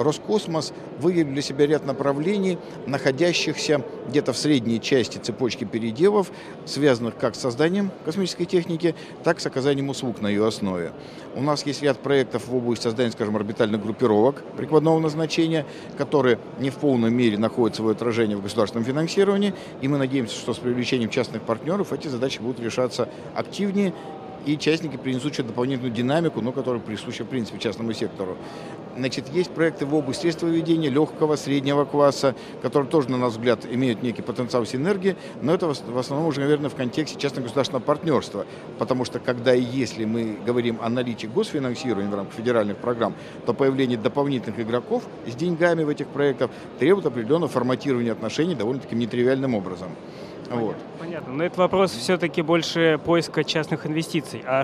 Роскосмос выявил для себя ряд направлений, находящихся где-то в средней части цепочки переделов, связанных как с созданием космической техники, так и с оказанием услуг на ее основе. У нас есть ряд проектов в области создания, скажем, орбитальных группировок прикладного назначения, которые не в полной мере находят свое отражение в государственном финансировании, и мы надеемся, что с привлечением частных партнеров эти задачи будут решаться активнее, и частники принесут дополнительную динамику, которая присуща, в принципе, частному сектору. Значит, есть проекты в области средствоведения легкого, среднего класса, которые тоже, на наш взгляд, имеют некий потенциал синергии, но это в основном уже, наверное, в контексте частно-государственного партнерства, потому что когда и если мы говорим о наличии госфинансирования в рамках федеральных программ, то появление дополнительных игроков с деньгами в этих проектах требует определенного форматирования отношений довольно-таки нетривиальным образом. Понятно. Но это вопрос все-таки больше поиска частных инвестиций. А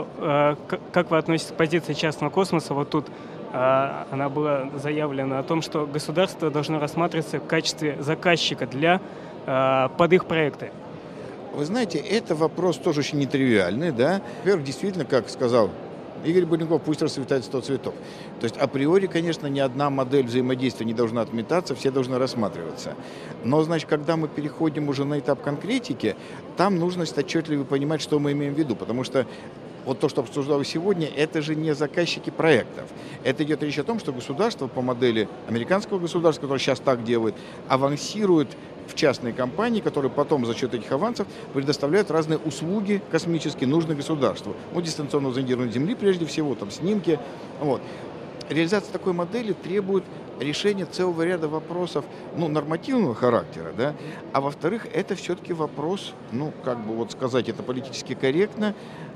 как вы относитесь к позиции частного космоса? Вот тут она была заявлена о том, что государство должно рассматриваться в качестве заказчика под их проекты. Вы знаете, это вопрос тоже очень нетривиальный, да? Во-первых, действительно, как сказал Игорь Буренков, пусть расцветает 100 цветов. То есть априори, конечно, ни одна модель взаимодействия не должна отметаться, все должны рассматриваться. Но, значит, когда мы переходим уже на этап конкретики, там нужно отчетливо понимать, что мы имеем в виду, потому что вот то, что обсуждалось сегодня, это же не заказчики проектов. Это идет речь о том, что государство по модели американского государства, которое сейчас так делает, авансирует в частные компании, которые потом за счет этих авансов предоставляют разные услуги космические, нужные государству. Дистанционного зондирования Земли, прежде всего, снимки. Реализация такой модели требует решения целого ряда вопросов нормативного характера, да? А во-вторых, это все-таки вопрос, это политически корректно,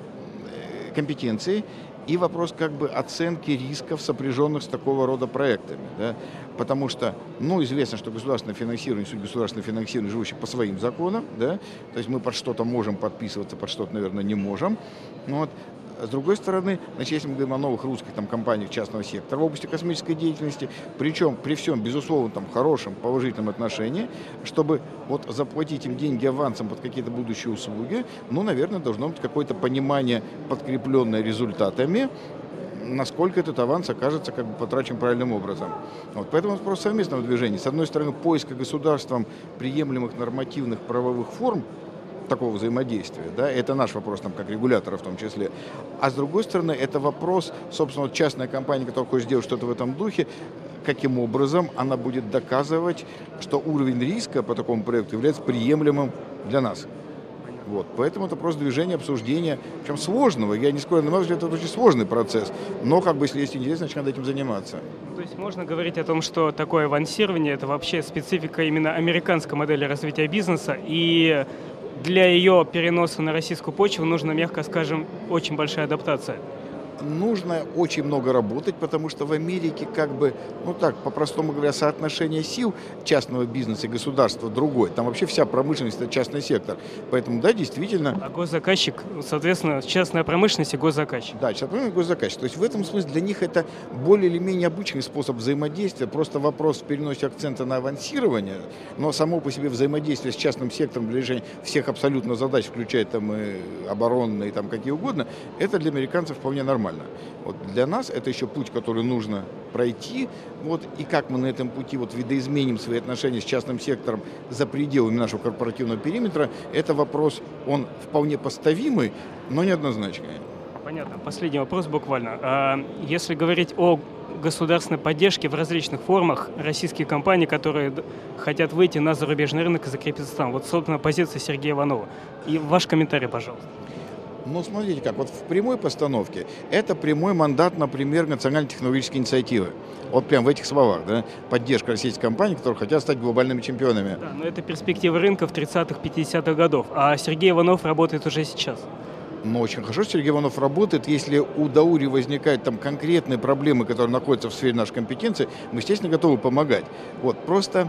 компетенции и вопрос оценки рисков, сопряженных с такого рода проектами. Да? Потому что, известно, что государственное финансирование, суть государственного финансирования, живущее по своим законам, да? То есть мы под что-то можем подписываться, под что-то, наверное, не можем. С другой стороны, если мы говорим о новых русских компаниях частного сектора в области космической деятельности, причем при всем, безусловно, хорошем, положительном отношении, чтобы заплатить им деньги авансом под какие-то будущие услуги, наверное, должно быть какое-то понимание, подкрепленное результатами, насколько этот аванс окажется потрачен правильным образом. Поэтому вопрос совместного движения. С одной стороны, поиска государством приемлемых нормативных правовых форм такого взаимодействия, да, это наш вопрос, как регулятора в том числе. А с другой стороны, это вопрос, собственно, частная компания, которая хочет сделать что-то в этом духе, каким образом она будет доказывать, что уровень риска по такому проекту является приемлемым для нас. Поэтому это просто движение, обсуждение, причем сложного. Я не скажу, на мой взгляд, это очень сложный процесс. Но, если есть интерес, значит, надо этим заниматься. То есть можно говорить о том, что такое авансирование – это вообще специфика именно американской модели развития бизнеса, и для ее переноса на российскую почву нужно, мягко скажем, очень большая адаптация. Нужно очень много работать, потому что в Америке по-простому говоря, соотношение сил частного бизнеса и государства другое. Там вообще вся промышленность – это частный сектор. Поэтому, да, действительно… А госзаказчик, соответственно, частная промышленность и госзаказчик. Да, частная промышленность и госзаказчик. То есть в этом смысле для них это более или менее обычный способ взаимодействия. Просто вопрос в переносе акцента на авансирование, но само по себе взаимодействие с частным сектором для решения всех абсолютно задач, включая и оборонные, и какие угодно, это для американцев вполне нормально. Для нас это еще путь, который нужно пройти. И как мы на этом пути видоизменим свои отношения с частным сектором за пределами нашего корпоративного периметра, это вопрос, он вполне поставимый, но неоднозначный. Понятно. Последний вопрос буквально. Если говорить о государственной поддержке в различных формах российских компаний, которые хотят выйти на зарубежный рынок и закрепиться там, собственно, позиция Сергея Иванова. И ваш комментарий, пожалуйста. Смотрите как, в прямой постановке это прямой мандат, например, национально-технологической инициативы. Прям в этих словах, да, поддержка российских компаний, которые хотят стать глобальными чемпионами. Да, но это перспектива рынка в 30-х, 50-х годов, а Сергей Иванов работает уже сейчас. Очень хорошо, что Сергей Иванов работает. Если у Даури возникают конкретные проблемы, которые находятся в сфере нашей компетенции, мы, естественно, готовы помогать. Просто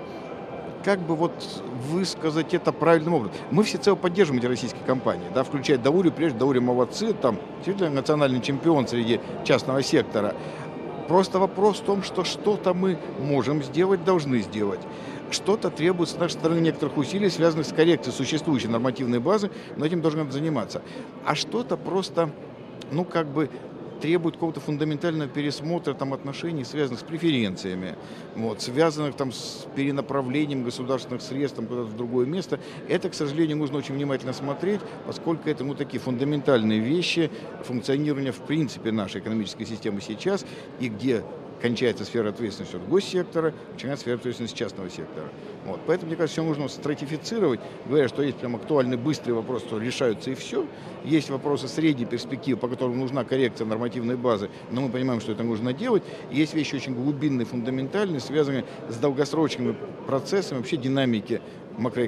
высказать это правильным образом. Мы всецело поддерживаем эти российские компании, да, включая Даурию, прежде Даурия молодцы, действительно национальный чемпион среди частного сектора. Просто вопрос в том, что что-то мы можем сделать, должны сделать. Что-то требует с нашей стороны некоторых усилий, связанных с коррекцией существующей нормативной базы, но этим должны заниматься. А что-то просто, требует какого-то фундаментального пересмотра там, отношений, связанных с преференциями, вот, связанных там, с перенаправлением государственных средств там, куда-то в другое место. Это, к сожалению, нужно очень внимательно смотреть, поскольку это такие фундаментальные вещи функционирования в принципе нашей экономической системы сейчас, и где кончается сфера ответственности от госсектора, начинается сфера ответственности частного сектора. Вот. Поэтому, мне кажется, все нужно стратифицировать, говоря, что есть прям актуальный, быстрый вопрос, что решаются и все. Есть вопросы средней перспективы, по которым нужна коррекция нормативной базы, но мы понимаем, что это нужно делать. И есть вещи очень глубинные, фундаментальные, связанные с долгосрочными процессами вообще динамики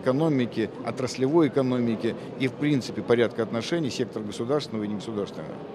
макроэкономики, отраслевой экономики и, в принципе, порядка отношений сектора государственного и негосударственного.